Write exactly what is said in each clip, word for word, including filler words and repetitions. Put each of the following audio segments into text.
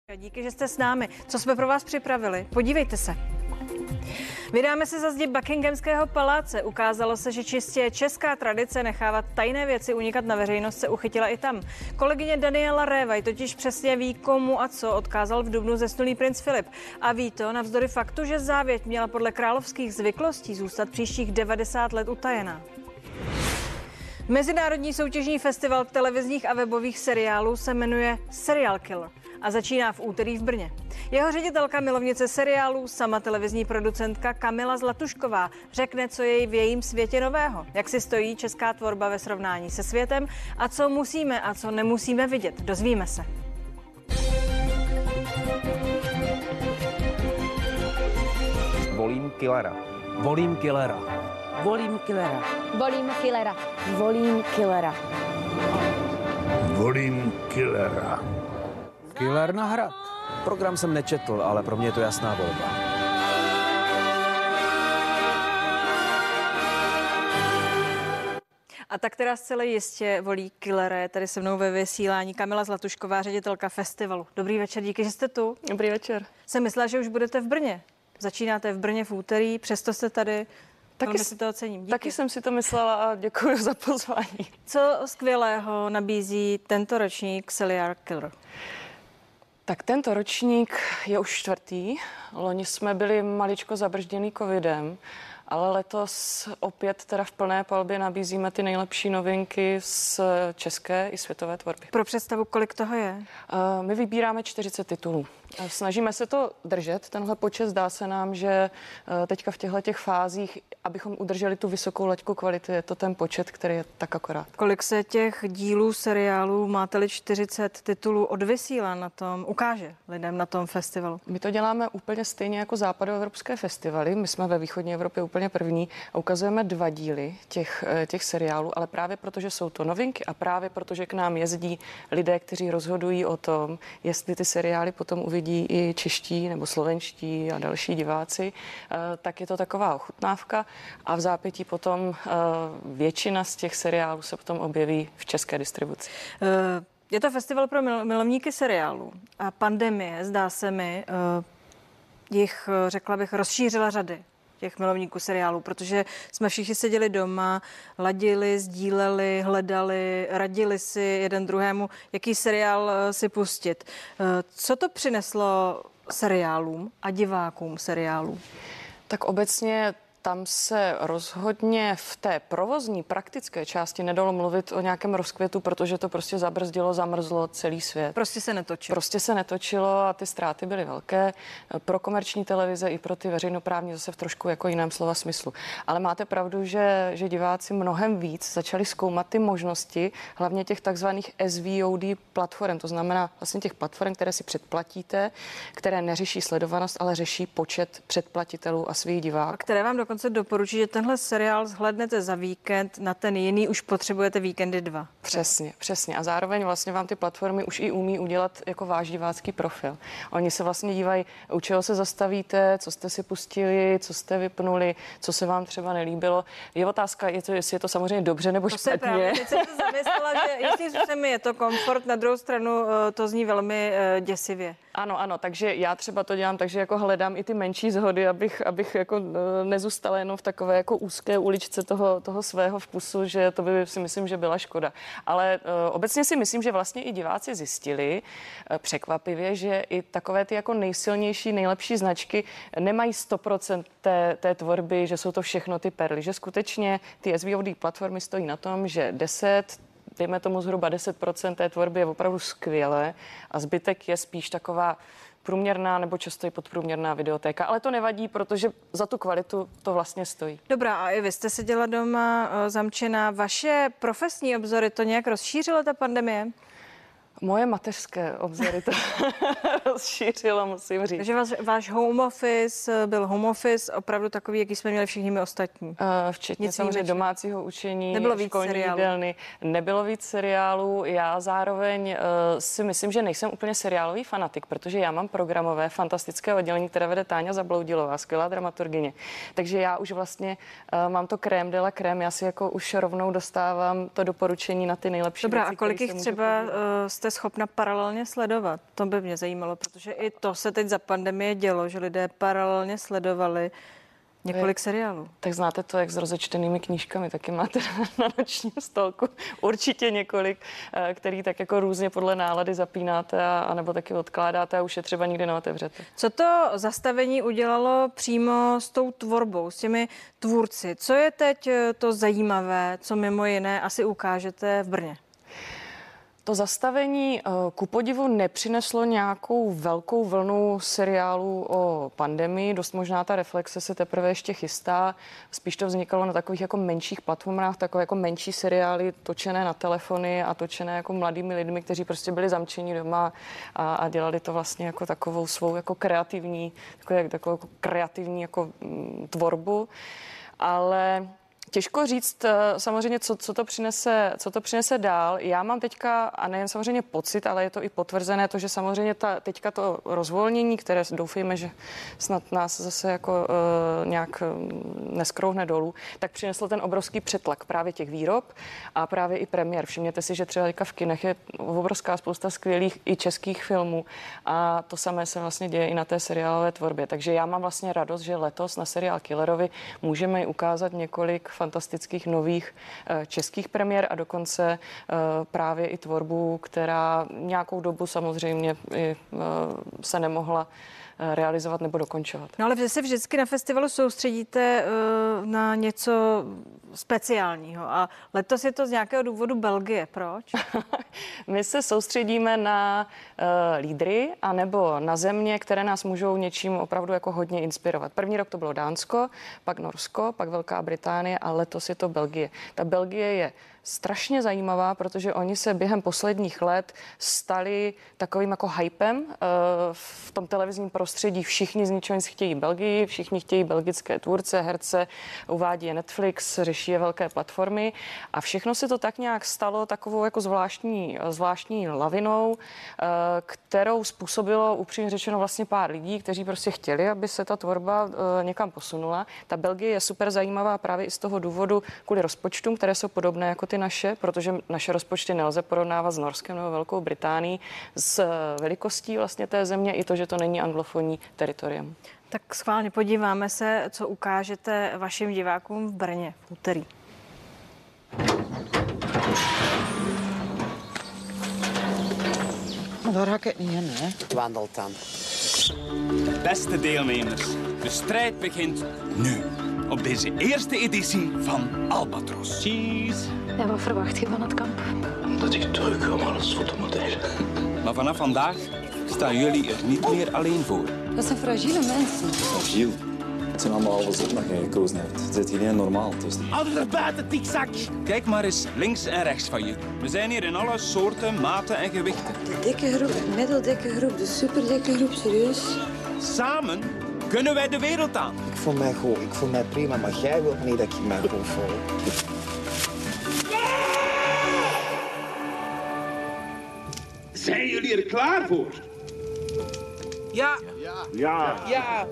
Díky, že jste s námi. Co jsme pro vás připravili? Podívejte se. Vydáme se za zdi Buckinghamského paláce. Ukázalo se, že čistě česká tradice nechávat tajné věci unikat na veřejnost se uchytila i tam. Kolegyně Daniela Révaj totiž přesně ví, komu a co odkázal v dubnu zesnulý princ Filip. A ví to navzdory faktu, že závěť měla podle královských zvyklostí zůstat příštích devadesát let utajená. Mezinárodní soutěžní festival televizních a webových seriálů se jmenuje Serial Killer a začíná v úterý v Brně. Jeho ředitelka, milovnice seriálů, sama televizní producentka Kamila Zlatušková řekne, co je v jejím světě nového, jak si stojí česká tvorba ve srovnání se světem a co musíme a co nemusíme vidět. Dozvíme se. Volím killera. Volím killera. Volím killera. Volím killera. Volím killera. Volím killera. Killer na hrad. Program jsem nečetl, ale pro mě je to jasná volba. A tak teda zcela jistě volí killere. Tady se mnou ve vysílání Kamila Zlatušková, ředitelka festivalu. Dobrý večer, díky, že jste tu. Dobrý večer. Jsem myslela, že už budete v Brně. Začínáte v Brně v úterý, přesto jste tady. Taky si to ocením. Díky. Taky jsem si to myslela a děkuji za pozvání. Co skvělého nabízí tento ročník Serial Killer? Tak tento ročník je už čtvrtý. Loni jsme byli maličko zabržděný covidem, ale letos opět teda v plné palbě nabízíme ty nejlepší novinky z české i světové tvorby. Pro představu, kolik toho je? My vybíráme čtyřicet titulů. Snažíme se to držet, tenhle počet. Zdá se nám, že teďka v těchto těch fázích, abychom udrželi tu vysokou laťku kvality, je to ten počet, který je tak akorát. Kolik se těch dílů, seriálů, máte-li čtyřicet titulů, odvysílá na tom, ukáže lidem na tom festivalu? My to děláme úplně stejně jako západoevropské festivaly. My jsme ve východní Evropě úplně první a ukazujeme dva díly těch, těch seriálů, ale právě protože jsou to novinky a právě protože k nám jezdí lidé, kteří rozhodují o tom, jestli ty seriály potom uvidí i čeští nebo slovenští a další diváci, tak je to taková ochutnávka a v zápětí potom většina z těch seriálů se potom objeví v české distribuci. Je to festival pro milovníky seriálů a pandemie, zdá se mi, jich, řekla bych, rozšířila řady těch milovníků seriálů, protože jsme všichni seděli doma, ladili, sdíleli, hledali, radili si jeden druhému, jaký seriál si pustit. Co to přineslo seriálům a divákům seriálů? Tak obecně tam se rozhodně v té provozní praktické části nedalo mluvit o nějakém rozkvětu, protože to prostě zabrzdilo, zamrzlo celý svět. Prostě se netočilo. Prostě se netočilo a ty ztráty byly velké pro komerční televize i pro ty veřejnoprávní zase v trošku jako jiném slova smyslu. Ale máte pravdu, že, že diváci mnohem víc začali zkoumat ty možnosti, hlavně těch takzvaných S V O D platform, to znamená vlastně těch platform, které si předplatíte, které neřeší sledovanost, ale řeší počet předplatitelů a svých diváků. A které vám dokonce doporučí, že tenhle seriál zhlédnete za víkend, na ten jiný už potřebujete víkendy dva. Přesně, přesně. A zároveň vlastně vám ty platformy už i umí udělat jako váš divácký profil. Oni se vlastně dívají, u čeho se zastavíte, co jste si pustili, co jste vypnuli, co se vám třeba nelíbilo. Je otázka, je to, jestli je to samozřejmě dobře nebo to špatně. To se právě, teď jsem se zamyslela, že jestli se mi je to komfort, na druhou stranu to zní velmi děsivě. Ano, ano, takže já třeba to dělám, takže jako hledám i ty menší shody, abych, abych jako nezůstala jenom v takové jako úzké uličce toho, toho svého vkusu, že to by si myslím, že byla škoda. Ale uh, obecně si myslím, že vlastně i diváci zjistili uh, překvapivě, že i takové ty jako nejsilnější, nejlepší značky nemají sto procent té, té tvorby, že jsou to všechno ty perly, že skutečně ty S V O D platformy stojí na tom, že deset dejme tomu zhruba deset procent té tvorby je opravdu skvělé a zbytek je spíš taková průměrná nebo často i podprůměrná videotéka. Ale to nevadí, protože za tu kvalitu to vlastně stojí. Dobrá, a i vy jste seděla doma zamčená. Vaše profesní obzory to nějak rozšířila ta pandemie? Moje mateřské obzory to rozšířilo, musím říct. Takže váš, váš home office byl home office opravdu takový, jaký jsme měli všichni my ostatní? Uh, včetně Nic samozřejmě domácího učení, nebylo víc školní seriálů. jídelny. Nebylo víc seriálů. Já zároveň uh, si myslím, že nejsem úplně seriálový fanatik, protože já mám programové fantastické oddělení, které vede Táňa Zabloudilová, skvělá dramaturgyně. Takže já už vlastně uh, mám to krém de la krém. Já si jako už rovnou dostávám to doporučení na ty nejlepší Dobrá, věci, a kolik jich třeba uh, jste jste schopna paralelně sledovat? To by mě zajímalo, protože i to se teď za pandemie dělo, že lidé paralelně sledovali několik seriálů. Tak znáte to, jak s rozečtenými knížkami, taky máte na nočním stolku určitě několik, který tak jako různě podle nálady zapínáte a, a nebo taky odkládáte a už je třeba nikdy neotevřete. Co to zastavení udělalo přímo s tou tvorbou, s těmi tvůrci? Co je teď to zajímavé, co mimo jiné asi ukážete v Brně? To zastavení ku podivu nepřineslo nějakou velkou vlnu seriálů o pandemii. Dost možná ta reflexe se teprve ještě chystá. Spíš to vznikalo na takových jako menších platformách, takové jako menší seriály točené na telefony a točené jako mladými lidmi, kteří prostě byli zamčeni doma a, a dělali to vlastně jako takovou svou jako kreativní, takovou, takovou jako kreativní jako m, tvorbu. Ale těžko říct samozřejmě, co, co, to přinese, co to přinese dál. Já mám teďka, a nejen samozřejmě pocit, ale je to i potvrzené, to, že samozřejmě ta, teďka to rozvolnění, které doufejme, že snad nás zase jako uh, nějak neskrouhne dolů, tak přineslo ten obrovský přetlak právě těch výrob a právě i premiér. Všimněte si, že třeba teďka v kinech je obrovská spousta skvělých i českých filmů a to samé se vlastně děje i na té seriálové tvorbě. Takže já mám vlastně radost, že letos na seriál Killerovi můžeme ukázat několik fantastických nových českých premiér a dokonce právě i tvorbu, která nějakou dobu samozřejmě i se nemohla realizovat nebo dokončovat. No ale vy se vždycky na festivalu soustředíte uh, na něco speciálního a letos je to z nějakého důvodu Belgie. Proč? My se soustředíme na uh, lídry anebo na země, které nás můžou něčím opravdu jako hodně inspirovat. První rok to bylo Dánsko, pak Norsko, pak Velká Británie a letos je to Belgie. Ta Belgie je strašně zajímavá, protože oni se během posledních let stali takovým jako hypem uh, v tom televizním prostředí. Všichni z ničeho nic chtějí Belgii, všichni chtějí belgické tvůrce, herce, uvádí je Netflix, řeší je velké platformy a všechno se to tak nějak stalo takovou jako zvláštní, zvláštní lavinou, uh, kterou způsobilo upřímně řečeno vlastně pár lidí, kteří prostě chtěli, aby se ta tvorba uh, někam posunula. Ta Belgie je super zajímavá právě i z toho důvodu kvůli rozpočtům, které jsou podobné jako ty naše, protože naše rozpočty nelze porovnávat s Norskem nebo Velkou Británií, s velikostí vlastně té země i to, že to není anglofonní teritorium. Tak schválně podíváme se, co ukážete vašim divákům v Brně v úterý. Maar daar ga ik het niet in, hè? Wandelt dan. Beste deelnemers, de strijd begint nu. Op deze eerste editie van Albatros. Cheese. En wat verwacht je van het kamp? Dat ik terugkom als fotomodel. Maar vanaf vandaag staan jullie er niet meer alleen voor. Dat zijn fragiele mensen. Fragiel. Het zijn allemaal alles op dat je gekozen hebt. Het zit hier niet normaal tussen. Altijd er buiten, tikzak! Kijk maar eens links en rechts van je. We zijn hier in alle soorten, maten en gewichten. De dikke groep, de middeldikke groep, de superdikke groep, serieus. Samen kunnen wij de wereld aan. Ik voel mij goed, ik voel mij prima, maar jij wilt niet dat ik mij goed voel. Zijn jullie er klaar voor? Ja. Ja. Ja. Ja.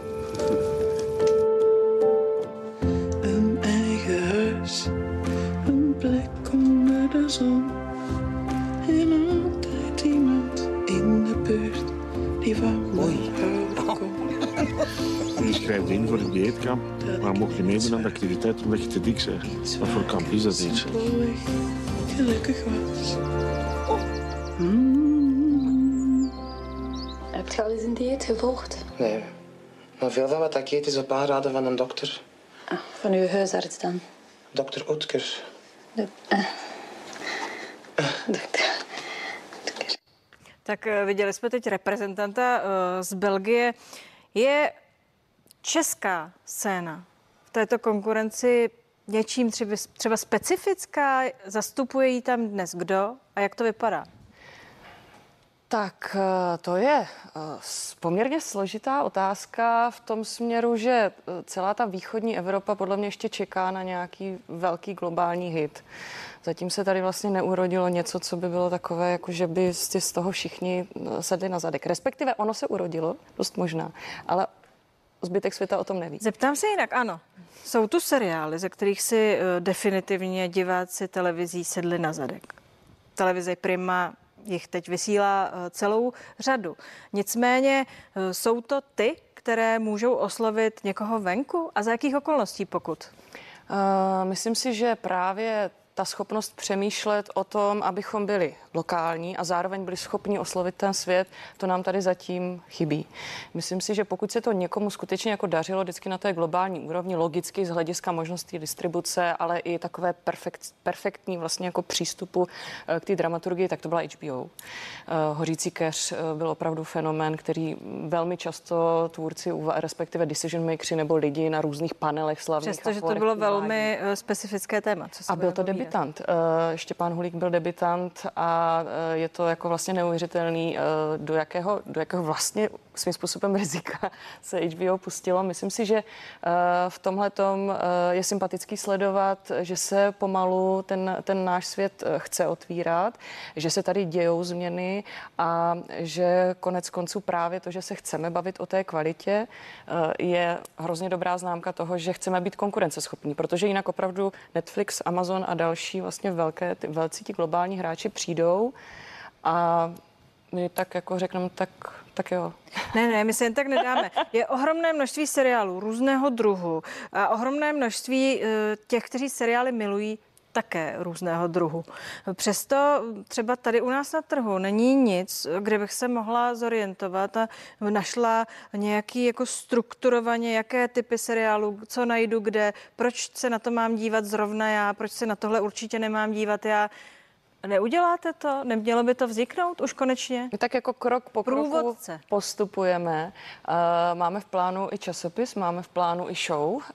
Een eigen huis, een plek onder de zon. En altijd iemand in de buurt die van me houden kon. Je schrijft in voor het dieetkamp, maar mocht je meedoen aan de activiteit omdat je te dik bent. Wat voor kamp is dat iets? Simpelweg gelukkig was. Mm. Heb je al eens een dieet gevolgd? Nee, maar veel van wat ik eet is op aanraden van een dokter. Ah, van uw huisarts dan? Dokter Oetker. De, uh. Dokter. Tak viděli jsme teď reprezentanta z Belgie. Je česká scéna v této konkurenci něčím třeba, třeba specifická? Zastupuje ji tam dnes kdo a jak to vypadá? Tak to je poměrně složitá otázka v tom směru, že celá ta východní Evropa podle mě ještě čeká na nějaký velký globální hit. Zatím se tady vlastně neurodilo něco, co by bylo takové, jako že by z toho všichni sedli na zadek. Respektive ono se urodilo, dost možná, ale zbytek světa o tom neví. Zeptám se jinak, ano. Jsou tu seriály, ze kterých si definitivně diváci televizí sedli na zadek. Televize Prima jich teď vysílá celou řadu. Nicméně jsou to ty, které můžou oslovit někoho venku? A za jakých okolností pokud? Uh, myslím si, že právě ta schopnost přemýšlet o tom, abychom byli lokální a zároveň byli schopni oslovit ten svět, to nám tady zatím chybí. Myslím si, že pokud se to někomu skutečně jako dařilo vždycky na té globální úrovni, logicky z hlediska možností distribuce, ale i takové perfekt, perfektní vlastně jako přístupu k té dramaturgii, tak to byla H B O. Hořící keř byl opravdu fenomén, který velmi často tvůrci, respektive decision makeri nebo lidi na různých panelech slavných. Přestože to bylo velmi specifické téma. Co a byl to debitant. Štěpán Hulík byl debitant a je to jako vlastně neuvěřitelný, do jakého, do jakého vlastně svým způsobem rizika se H B O pustilo. Myslím si, že v tomhletom je sympatický sledovat, že se pomalu ten, ten náš svět chce otvírat, že se tady dějou změny a že konec konců právě to, že se chceme bavit o té kvalitě, je hrozně dobrá známka toho, že chceme být konkurenceschopní, protože jinak opravdu Netflix, Amazon a další vlastně velké, ty, velcí ti globální hráči přijdou a my tak jako řekneme, tak, tak jo. Ne, ne, my se jen tak nedáme. Je ohromné množství seriálů různého druhu a ohromné množství těch, kteří seriály milují, také různého druhu. Přesto třeba tady u nás na trhu není nic, kde bych se mohla zorientovat a našla nějaký jako strukturovaně, jaké typy seriálů, co najdu kde, proč se na to mám dívat zrovna já, proč se na tohle určitě nemám dívat já. Neuděláte to? Nemělo by to vzniknout už konečně? Tak jako krok po kroku Průvodce. Postupujeme. Uh, máme v plánu i časopis, máme v plánu i show uh,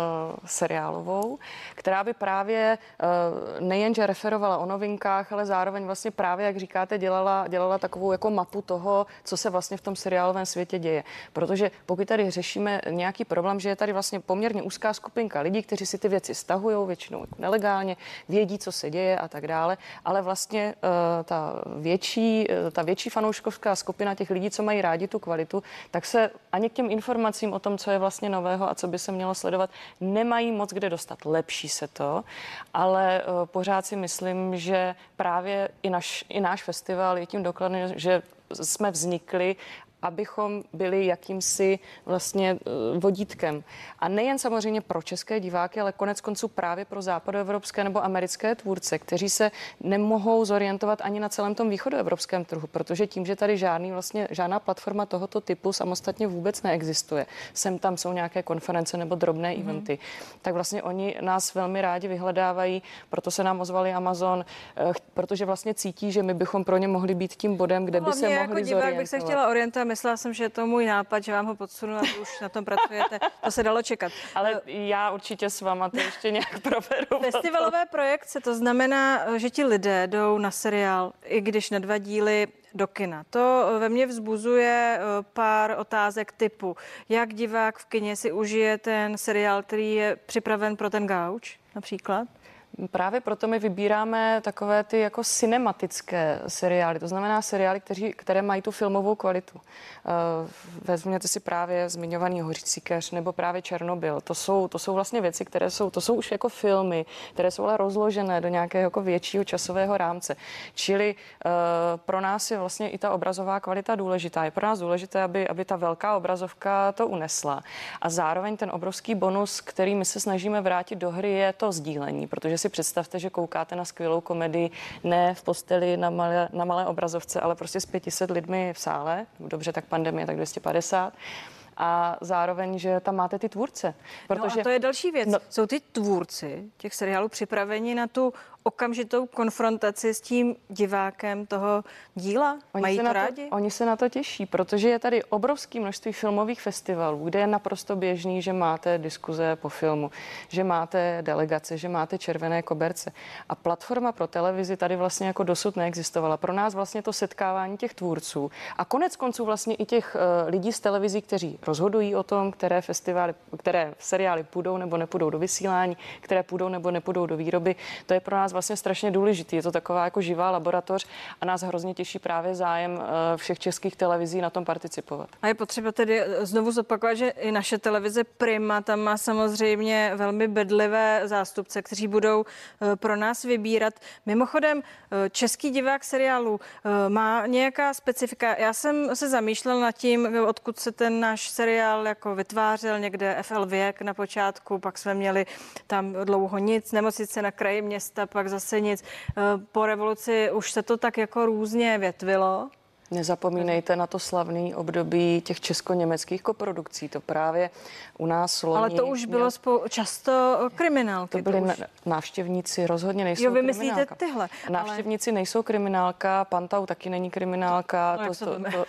seriálovou, která by právě uh, nejenže referovala o novinkách, ale zároveň vlastně právě, jak říkáte, dělala, dělala takovou jako mapu toho, co se vlastně v tom seriálovém světě děje. Protože pokud tady řešíme nějaký problém, že je tady vlastně poměrně úzká skupinka lidí, kteří si ty věci stahují, většinou jako nelegálně, vědí, co se děje a tak dále, ale vlastně uh, ta větší, uh, ta větší fanouškovská skupina těch lidí, co mají rádi tu kvalitu, tak se ani k těm informacím o tom, co je vlastně nového a co by se mělo sledovat, nemají moc kde dostat. Lepší se to, ale uh, pořád si myslím, že právě i, naš, i náš festival je tím dokladem, že jsme vznikli, abychom byli jakýmsi vlastně vodítkem. A nejen samozřejmě pro české diváky, ale konec konců právě pro západoevropské nebo americké tvůrce, kteří se nemohou zorientovat ani na celém tom východoevropském trhu, protože tím, že tady žádný vlastně žádná platforma tohoto typu samostatně vůbec neexistuje. Sem tam jsou nějaké konference nebo drobné mm. eventy. Tak vlastně oni nás velmi rádi vyhledávají, proto se nám ozvali Amazon, protože vlastně cítí, že my bychom pro ně mohli být tím bodem, kde by se mohli jako divák zorientovat. Bych se chtěla orientovat. Myslela jsem, že je to můj nápad, že vám ho podsunu a vy už na tom pracujete. To se dalo čekat. Ale já určitě s váma to ještě nějak provedu. Festivalové projekce, to znamená, že ti lidé jdou na seriál, i když na dva díly do kina. To ve mně vzbuzuje pár otázek typu, jak divák v kině si užije ten seriál, který je připraven pro ten gauč například? Právě proto my vybíráme takové ty jako cinematické seriály, to znamená seriály, kteří, které mají tu filmovou kvalitu. Uh, vezměte si právě zmiňovaný Hořící keř nebo právě Černobyl. To jsou, to jsou vlastně věci, které jsou, to jsou už jako filmy, které jsou ale rozložené do nějakého jako většího časového rámce. Čili uh, pro nás je vlastně i ta obrazová kvalita důležitá. Je pro nás důležité, aby, aby ta velká obrazovka to unesla. A zároveň ten obrovský bonus, který my se snažíme vrátit do hry, je to sdílení, protože si představte, že koukáte na skvělou komedii ne v posteli na malé, na malé obrazovce, ale prostě s pěti set lidmi v sále. Dobře, tak pandemie, tak dvě stě padesát. A zároveň, že tam máte ty tvůrce. Protože... No a to je další věc. No. Jsou ty tvůrci těch seriálů připraveni na tu okamžitou konfrontaci s tím divákem toho díla? Oni Mají to, to rádi? To, oni se na to těší, protože je tady obrovské množství filmových festivalů, kde je naprosto běžný, že máte diskuze po filmu, že máte delegace, že máte červené koberce. A platforma pro televizi tady vlastně jako dosud neexistovala. Pro nás vlastně to setkávání těch tvůrců a konec konců vlastně i těch uh, lidí z televizí, kteří rozhodují o tom, které festivaly, které seriály půjdou nebo nepůjdou do vysílání, které půjdou nebo nepůjdou do výroby, to je pro nás nás vlastně strašně důležitý. Je to taková jako živá laboratoř a nás hrozně těší právě zájem všech českých televizí na tom participovat. A je potřeba tedy znovu zopakovat, že i naše televize Prima tam má samozřejmě velmi bedlivé zástupce, kteří budou pro nás vybírat. Mimochodem, český divák seriálu má nějaká specifika. Já jsem se zamýšlel nad tím, odkud se ten náš seriál jako vytvářel, někde F L Věk na počátku, pak jsme měli tam dlouho nic, Nemocnice na kraji města, pak zase nic. Po revoluci už se to tak jako různě větvilo. Nezapomínejte na to slavné období těch česko-německých koprodukcí. To právě u nás loni... Ale to už bylo spou- často kriminálky. To byli to už... návštěvníci, rozhodně nejsou jo, vy kriminálka. myslíte tyhle. Návštěvníci ale... nejsou kriminálka, Pantau taky není kriminálka. No, to, to, to...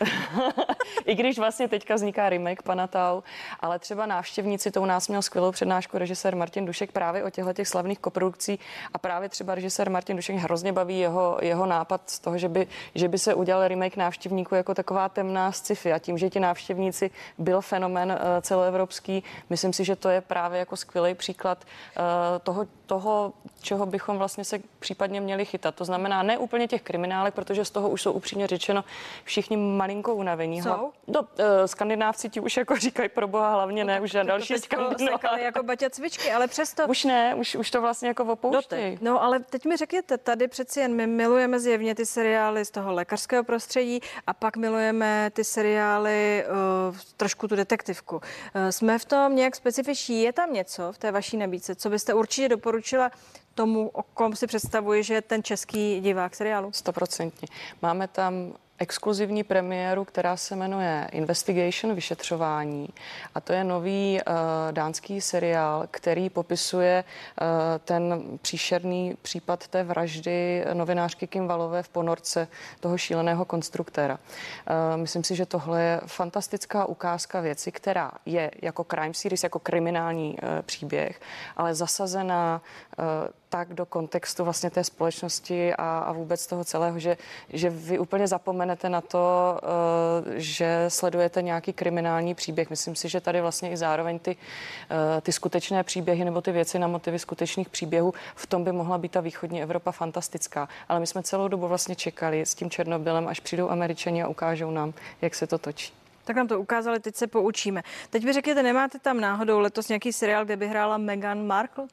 I když vlastně teďka vzniká remake Panatau, ale třeba návštěvníci, to u nás měl skvělou přednášku režisér Martin Dušek právě o těchto těch slavných koprodukcí a právě třeba režisér Martin Dušek hrozně baví jeho, jeho nápad z toho, že by, že by se udělal remake návštěvníků jako taková temná sci-fi a tím, že ti návštěvníci byl fenomén uh, celoevropský, myslím si, že to je právě jako skvělý příklad uh, toho, toho, čeho bychom vlastně se případně měli chytat. To znamená ne úplně těch kriminálek, protože z toho už jsou upřímně řečeno všichni malinko unavení. Jsou? No, uh, skandinávci ti už jako říkají pro boha hlavně ne, už na další skandinávci. Jako Baťa cvičky, ale přesto... Už ne, už, už to vlastně jako opouštějí. No, ale teď mi řekněte, tady přeci jen my milujeme zjevně ty seriály z toho lékařského prostředí a pak milujeme ty seriály, uh, trošku tu detektivku. Uh, jsme v tom nějak specifiční? Je tam něco v té vaší nabídce, co byste určitě doporučila tomu, o kom si představuji, že je ten český divák seriálu? Stoprocentně. Máme tam exkluzivní premiéru, která se jmenuje Investigation, vyšetřování. A to je nový uh, dánský seriál, který popisuje uh, ten příšerný případ té vraždy novinářky Kim Wallové v ponorce toho šíleného konstruktéra. Uh, myslím si, že tohle je fantastická ukázka věci, která je jako crime series, jako kriminální uh, příběh, ale zasazená uh, tak do kontextu vlastně té společnosti a, a vůbec toho celého, že, že vy úplně zapomenete na to, uh, že sledujete nějaký kriminální příběh. Myslím si, že tady vlastně i zároveň ty, uh, ty skutečné příběhy nebo ty věci na motivy skutečných příběhů, v tom by mohla být ta východní Evropa fantastická. Ale my jsme celou dobu vlastně čekali s tím Černobylem, až přijdou Američani a ukážou nám, jak se to točí. Tak nám to ukázali, teď se poučíme. Teď vy řekněte, nemáte tam náhodou letos nějaký seriál, kde by hrála Meghan Markle?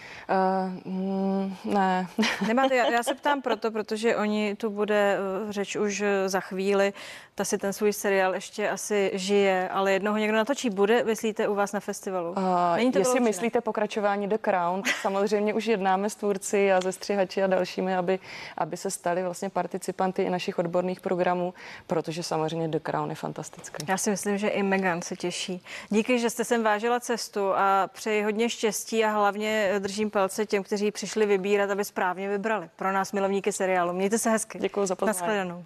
Uh, mm, ne. Nemáte, já, já se ptám proto, protože oni tu bude uh, řeč už uh, za chvíli. Ta si ten svůj seriál ještě asi žije, ale jednoho někdo natočí. Bude, myslíte, u vás na festivalu? Uh, jestli myslíte pokračování The Crown, tak samozřejmě už jednáme s tvůrci a ze střihači a dalšími, aby, aby se stali vlastně participanty i našich odborných programů, protože samozřejmě The Crown je fantastický. Já si myslím, že i Meghan se těší. Díky, že jste sem vážila cestu a přeji hodně štěstí a hlavně držím palce těm, kteří přišli vybírat, aby správně vybrali. Pro nás milovníky seriálu. Mějte se hezky. Děkuji za pozvání. Nashledanou.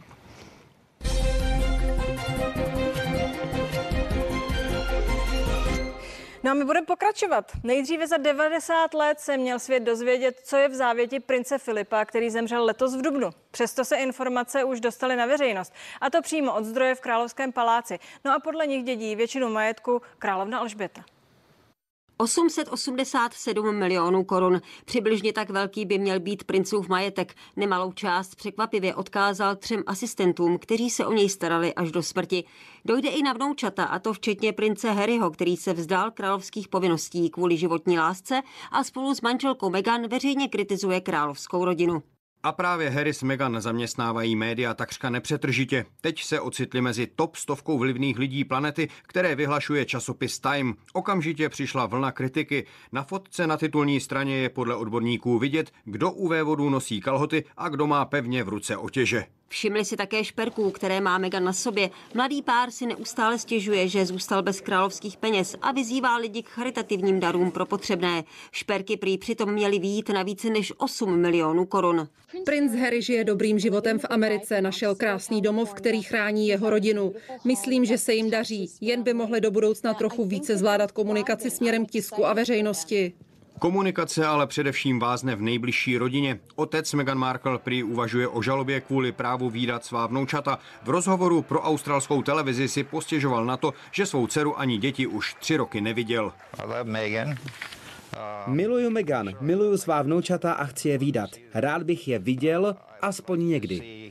No a my budeme pokračovat. Nejdříve za devadesát let se měl svět dozvědět, co je v závěti prince Filipa, který zemřel letos v dubnu. Přesto se informace už dostaly na veřejnost. A to přímo od zdroje v Královském paláci. No a podle nich dědí většinu majetku královna Alžběta. osm set osmdesát sedm milionů korun. Přibližně tak velký by měl být princův majetek. Nemalou část překvapivě odkázal třem asistentům, kteří se o něj starali až do smrti. Dojde i na vnoučata, a to včetně prince Harryho, který se vzdal královských povinností kvůli životní lásce a spolu s manželkou Meghan veřejně kritizuje královskou rodinu. A právě Harry s Meghan zaměstnávají média takřka nepřetržitě. Teď se ocitli mezi top stovkou vlivných lidí planety, které vyhlašuje časopis Time. Okamžitě přišla vlna kritiky. Na fotce na titulní straně je podle odborníků vidět, kdo u vévodů nosí kalhoty a kdo má pevně v ruce otěže. Všimli si také šperků, které má Meghan na sobě. Mladý pár si neustále stěžuje, že zůstal bez královských peněz a vyzývá lidi k charitativním darům pro potřebné. Šperky prý přitom měly vyjít na více než osm milionů korun. Princ Harry žije dobrým životem v Americe, našel krásný domov, který chrání jeho rodinu. Myslím, že se jim daří, jen by mohli do budoucna trochu více zvládat komunikaci směrem k tisku a veřejnosti. Komunikace ale především vázne v nejbližší rodině. Otec Meghan Markle prý uvažuje o žalobě kvůli právu vídat svá vnoučata. V rozhovoru pro australskou televizi si postěžoval na to, že svou dceru ani děti už tři roky neviděl. I love Meghan. Miluju Meghan, miluju svá vnoučata a chci je vídat. Rád bych je viděl, aspoň někdy.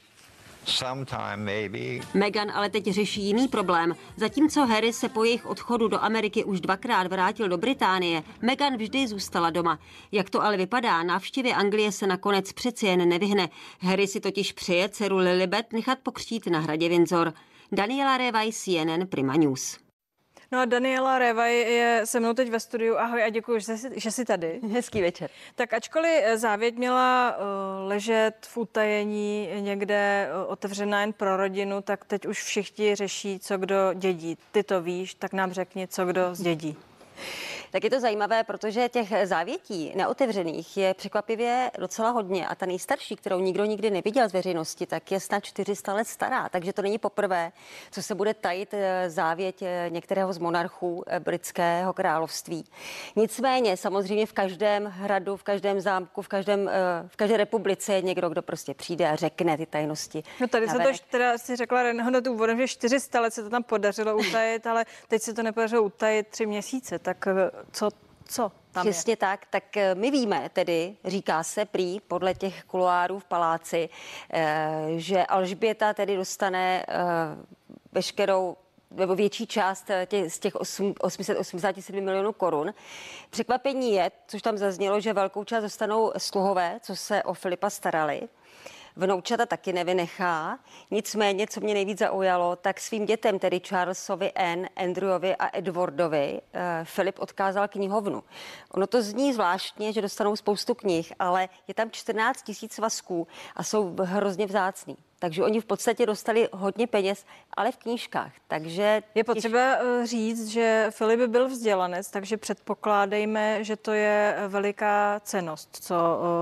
Meghan ale teď řeší jiný problém. Zatímco Harry se po jejich odchodu do Ameriky už dvakrát vrátil do Británie, Meghan vždy zůstala doma. Jak to ale vypadá, návštěvě Anglie se nakonec přeci jen nevyhne. Harry si totiž přeje dceru Lilibet nechat pokřtít na hradě Windsor. Daniela Révaj, C N N Prima News. No a Daniela Révaj je se mnou teď ve studiu. Ahoj a děkuji, že jsi, že jsi tady. Hezký večer. Tak ačkoliv závěť měla uh, ležet v utajení někde uh, otevřená jen pro rodinu, tak teď už všichni řeší, co kdo dědí. Ty to víš, tak nám řekni, co kdo zdědí. Tak je to zajímavé, protože těch závětí neotevřených je překvapivě docela hodně a ta nejstarší, kterou nikdo nikdy neviděl z veřejnosti, tak je snad čtyři sta let stará, takže to není poprvé, co se bude tajit závěť některého z monarchů britského království. Nicméně samozřejmě v každém hradu, v každém zámku, v, každém, v každé republice je někdo, kdo prostě přijde a řekne ty tajnosti. No tady se to teda si řekla Renhoda úvodem, že čtyři sta let se to tam podařilo utajit, ale teď se to nepodařilo utajit tři měsíce, tak Co, co tam Přesně je? tak, tak my víme tedy, říká se prý podle těch kuloárů v paláci, že Alžběta tedy dostane veškerou nebo větší část tě, z těch osm set osmdesát sedm milionů korun. Překvapení je, což tam zaznělo, že velkou část dostanou sluhové, co se o Filipa starali. Vnoučata taky nevynechá. Nicméně, co mě nejvíc zaujalo, tak svým dětem, tedy Charlesovi, Anne, Andrewovi a Edwardovi, eh, Filip odkázal knihovnu. Ono to zní zvláštně, že dostanou spoustu knih, ale je tam čtrnáct tisíc svazků a jsou hrozně vzácný. Takže oni v podstatě dostali hodně peněz, ale v knížkách. Takže je potřeba říct, že Filip byl vzdělanec, takže předpokládejme, že to je veliká cennost, co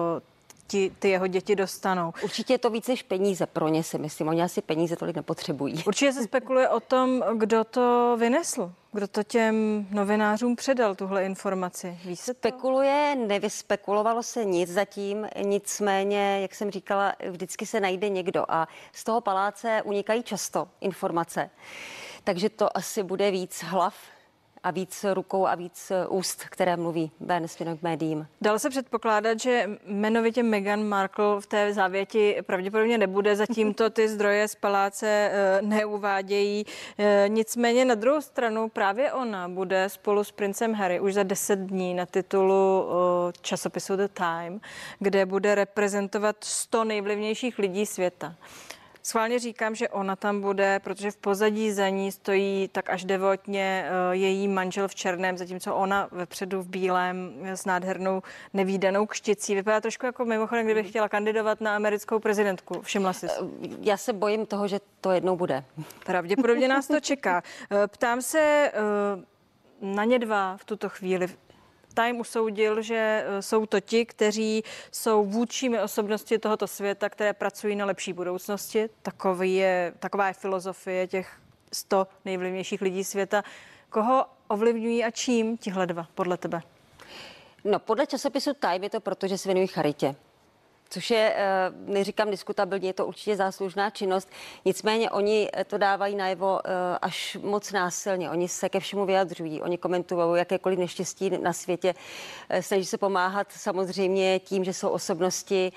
Ti, ty jeho děti dostanou. Určitě je to více než peníze pro ně, si myslím. Oni asi peníze tolik nepotřebují. Určitě se spekuluje o tom, kdo to vynesl, kdo to těm novinářům předal, tuhle informaci. Ví se to? Spekuluje, nevyspekulovalo se nic zatím, nicméně, jak jsem říkala, vždycky se najde někdo a z toho paláce unikají často informace. Takže to asi bude víc hlav a víc rukou a víc úst, které mluví ven směrem k médiím. Dalo se předpokládat, že jmenovitě Meghan Markle v té závěti pravděpodobně nebude, zatím to ty zdroje z paláce neuvádějí. Nicméně na druhou stranu právě ona bude spolu s princem Harry už za deset dní na titulu časopisu The Time, kde bude reprezentovat sto nejvlivnějších lidí světa. Schválně říkám, že ona tam bude, protože v pozadí za ní stojí tak až devotně její manžel v černém, zatímco ona vepředu v bílém s nádhernou nevídanou kšticí. Vypadá trošku jako mimochodem, kdyby chtěla kandidovat na americkou prezidentku. Všimla jsi? Já se bojím toho, že to jednou bude. Pravděpodobně nás to čeká. Ptám se na ně dva v tuto chvíli. Time usoudil, že jsou to ti, kteří jsou vůdčími osobnosti tohoto světa, které pracují na lepší budoucnosti. Takový je, taková je filozofie těch sto nejvlivnějších lidí světa. Koho ovlivňují a čím tihle dva, podle tebe? No, podle časopisu Time je to proto, že se věnují charitě. Což je, neříkám diskutabilně, je to určitě záslužná činnost. Nicméně oni to dávají najevo až moc násilně. Oni se ke všemu vyjadřují, oni komentují jakékoliv neštěstí na světě. Snaží se pomáhat samozřejmě tím, že jsou osobnosti,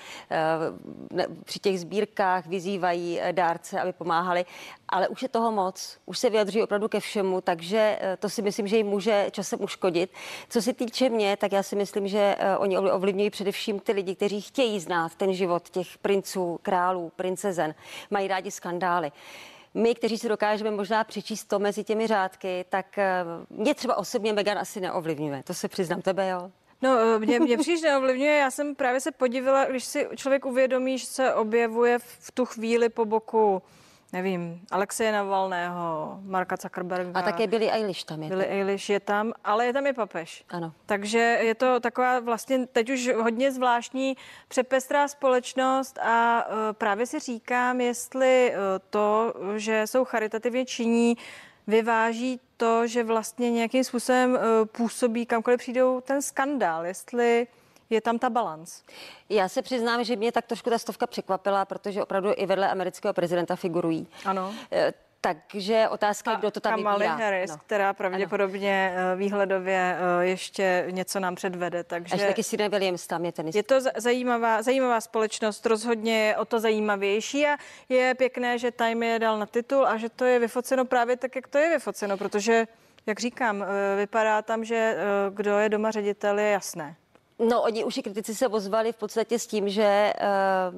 při těch sbírkách vyzývají dárce, aby pomáhali. Ale už je toho moc, už se vyjadřují opravdu ke všemu, takže to si myslím, že jim může časem uškodit. Co se týče mě, tak já si myslím, že oni ovlivňují především ty lidi, kteří chtějí znát ten život těch princů, králů, princezen, mají rádi skandály. My, kteří si dokážeme možná přečíst to mezi těmi řádky, tak mě třeba osobně Meghan asi neovlivňuje. To se přiznám, tebe, jo? No, mě, mě příliš neovlivňuje. Já jsem právě se podívala, když si člověk uvědomí, že se objevuje v tu chvíli po boku, nevím, Alexeje Navalného, Marka Zuckerberga. A také Billie Eilish tam je. Billie Eilish je tam, ale je tam i papež. Ano. Takže je to taková vlastně teď už hodně zvláštní přepestrá společnost a uh, právě si říkám, jestli uh, to, že jsou charitativně činní, vyváží to, že vlastně nějakým způsobem uh, působí kamkoliv přijdou ten skandál, jestli je tam ta balans. Já se přiznám, že mě tak trošku ta stovka překvapila, protože opravdu i vedle amerického prezidenta figurují. Ano. Takže otázka je, kdo to tam Kamala vybírá. Harris, no. která pravděpodobně ano. výhledově ještě něco nám předvede. Takže až taky Serena Williams tam je tenis. Je to zajímavá, zajímavá společnost, rozhodně je o to zajímavější a je pěkné, že Time je dal na titul a že to je vyfoceno právě tak, jak to je vyfoceno, protože, jak říkám, vypadá tam, že kdo je doma ředitel, je jasné. No, oni už i kritici se ozvali v podstatě s tím, že uh,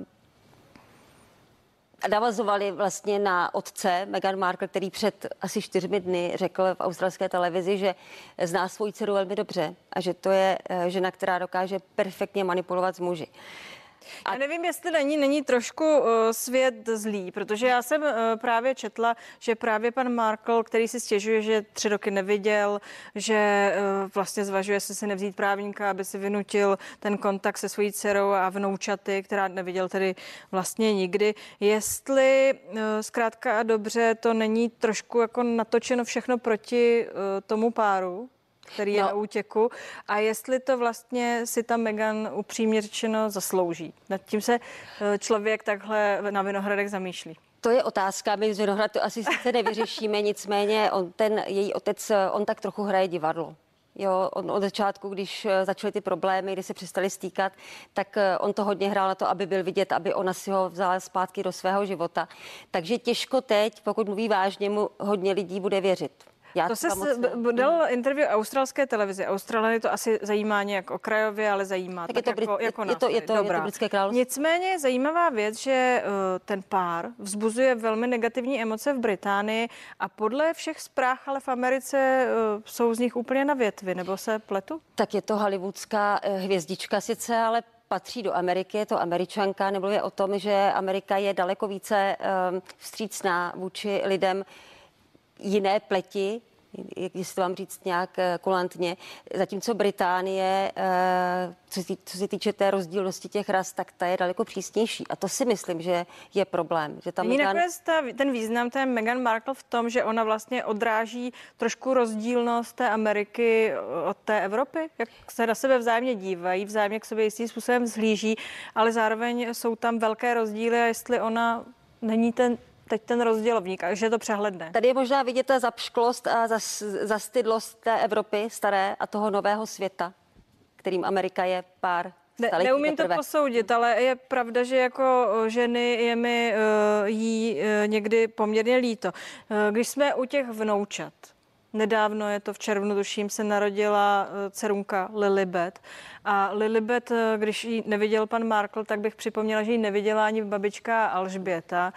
navazovali vlastně na otce Meghan Markle, který před asi čtyřmi dny řekl v australské televizi, že zná svoji dceru velmi dobře a že to je žena, která dokáže perfektně manipulovat s muži. A já nevím, jestli není, není trošku uh, svět zlý, protože já jsem uh, právě četla, že právě pan Markle, který si stěžuje, že tři roky neviděl, že uh, vlastně zvažuje, jestli si nevzít právníka, aby si vynutil ten kontakt se svojí dcerou a vnoučaty, která neviděl tedy vlastně nikdy. Jestli uh, zkrátka a dobře to není trošku jako natočeno všechno proti uh, tomu páru, který je no. na útěku, a jestli to vlastně si ta Meghan upřímně řečeno zaslouží. Nad tím se člověk takhle na Vinohradech zamýšlí. To je otázka, my z Vinohrad to asi sice nevyřešíme, nicméně on, ten její otec, on tak trochu hraje divadlo. Jo, on od začátku, když začaly ty problémy, kdy se přestali stýkat, tak on to hodně hrál na to, aby byl vidět, aby ona si ho vzala zpátky do svého života. Takže těžko teď, pokud mluví vážně, mu hodně lidí bude věřit. Já to se dal interview australské televizi. Australany to asi zajímá nějak okrajově, ale zajímá tak, tak je to jako, jako je to, je to, je to britské království. Nicméně je zajímavá věc, že uh, ten pár vzbuzuje velmi negativní emoce v Británii a podle všech zpráv ale v Americe uh, jsou z nich úplně na větvi, nebo se pletu? Tak je to hollywoodská hvězdička sice, ale patří do Ameriky, je to Američanka, nemluvě o tom, že Amerika je daleko více um, vstřícná vůči lidem jiné pleti, jestli vám říct nějak kulantně, zatímco Británie, co se, co se týče té rozdílnosti těch ras, tak ta je daleko přísnější. A to si myslím, že je problém. Že Není Meghan... nakonec ta, ten význam té Meghan Markle v tom, že ona vlastně odráží trošku rozdílnost té Ameriky od té Evropy? Jak se na sebe vzájemně dívají, vzájemně k sobě jistým způsobem vzhlíží, ale zároveň jsou tam velké rozdíly a jestli ona není ten teď ten rozdělovník, a že je to přehledné. Tady je možná vidět ta zapšklost a zas, zastydlost té Evropy staré a toho nového světa, kterým Amerika je pár ne, Neumím teprve. to posoudit, ale je pravda, že jako ženy je mi uh, jí uh, někdy poměrně líto. Uh, když jsme u těch vnoučat, nedávno, je to v červnu, tuším, se narodila dcerunka Lilibet. A Lilibet, když ji neviděl pan Markle, tak bych připomněla, že ji neviděla ani babička Alžběta.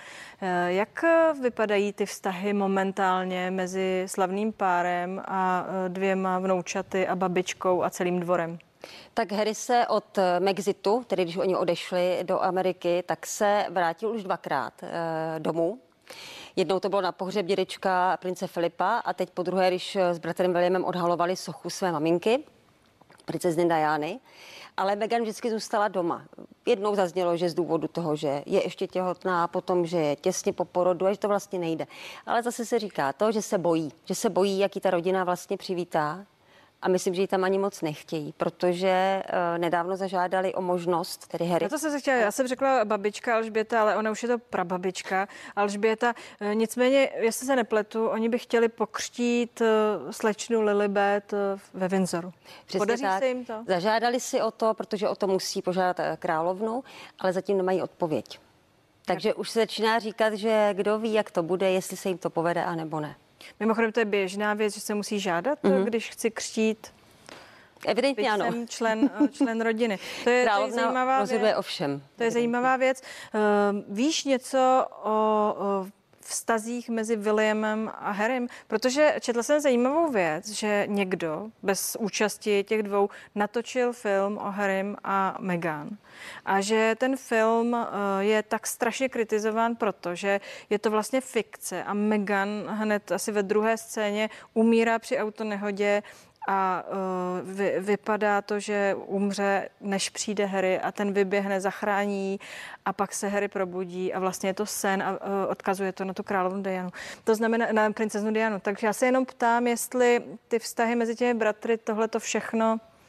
Jak vypadají ty vztahy momentálně mezi slavným párem a dvěma vnoučaty a babičkou a celým dvorem? Tak Harry se od Mexitu, tedy když oni odešli do Ameriky, tak se vrátil už dvakrát eh, domů. Jednou to bylo na pohřeb dědečka prince Filipa a teď po druhé, když s bratrem Williamem odhalovali sochu své maminky, princezny Diany, ale Meghan vždycky zůstala doma. Jednou zaznělo, že z důvodu toho, že je ještě těhotná, potom, že je těsně po porodu a že to vlastně nejde. Ale zase se říká to, že se bojí, že se bojí, jak ji ta rodina vlastně přivítá. A myslím, že ji tam ani moc nechtějí, protože uh, nedávno zažádali o možnost, tedy Harry. Já to jsem se chtěla, já jsem řekla babička Alžběta, ale ona už je to prababička Alžběta. Nicméně, jestli se nepletu, oni by chtěli pokřtít uh, slečnu Lilibet uh, ve Windsoru. Přesně Podaří tak. se jim to? Zažádali si o to, protože o to musí požádat královnu, ale zatím nemají odpověď. Takže už se začíná říkat, že kdo ví, jak to bude, jestli se jim to povede, anebo ne. Mimochodem, to je běžná věc, že se musí žádat, mm-hmm. když chci křtít. Evidentně ano. Jsem člen, člen rodiny. To je, to je zajímavá věc. O všem. To je zajímavá věc. Uh, víš něco o, o vztazích mezi Williamem a Harrym? Protože četla jsem zajímavou věc, že někdo bez účasti těch dvou natočil film o Harrym a Meghan. A že ten film je tak strašně kritizován, protože je to vlastně fikce a Meghan hned asi ve druhé scéně umírá při autonehodě a uh, vy, vypadá to, že umře, než přijde Harry a ten vyběhne, zachrání a pak se Harry probudí a vlastně je to sen a uh, odkazuje to na tu královnu Dianu. To znamená na princeznu Dianu. Takže já se jenom ptám, jestli ty vztahy mezi těmi bratry, tohle to všechno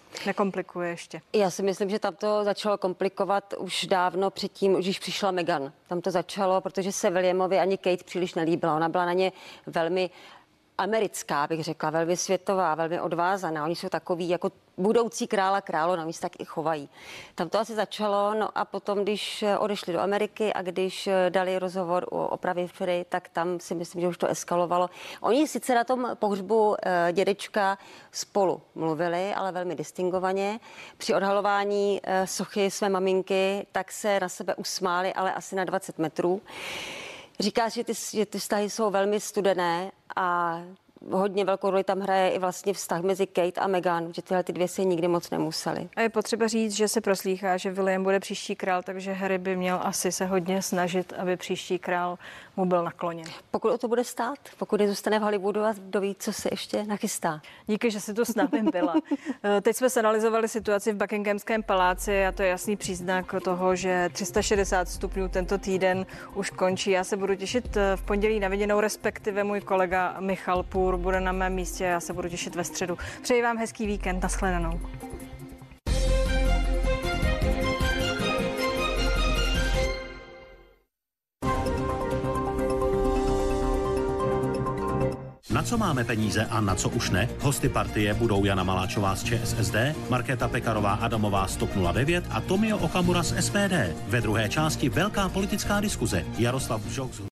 nekomplikuje ještě? Já si myslím, že tam to začalo komplikovat už dávno předtím, už přišla Meghan. Tam to začalo, protože se Williamovi ani Kate příliš nelíbila. Ona byla na ně velmi americká, bych řekla, velmi světová, velmi odvázaná. Oni jsou takový jako budoucí král a královna, oni se tak i chovají. Tam to asi začalo, no a potom, když odešli do Ameriky a když dali rozhovor o opravě Frey, tak tam si myslím, že už to eskalovalo. Oni sice na tom pohřbu e, dědečka spolu mluvili, ale velmi distingovaně. Při odhalování e, sochy své maminky, tak se na sebe usmáli, ale asi na dvacet metrů. Říká, že ty, že ty vztahy jsou velmi studené a hodně velkou roli tam hraje i vlastně vztah mezi Kate a Meghan, že tyhle ty dvě si nikdy moc nemuseli. A je potřeba říct, že se proslýchá, že William bude příští král, takže Harry by měl asi se hodně snažit, aby příští král mu byl nakloněn. Pokud o to bude stát, pokud nezůstane v Hollywoodu a kdo ví, co se ještě nachystá. Díky, že jsi tu s námi byla. Teď jsme analyzovali situaci v Buckinghamském paláci a to je jasný příznak toho, že tři sta šedesát stupňů tento týden už končí. Já se budu těšit v pondělí na viděnou, respektive můj kolega Michal Půr bude na mém místě, já se budu těšit ve středu. Přeji vám hezký víkend, nashledanou. Na co máme peníze a na co už ne? Hosty partie budou Jana Maláčová z ČSSD, Markéta Pekarová Adamová z TOP nula devět a Tomio Okamura z S P D. Ve druhé části velká politická diskuze. Jaroslav Bžoch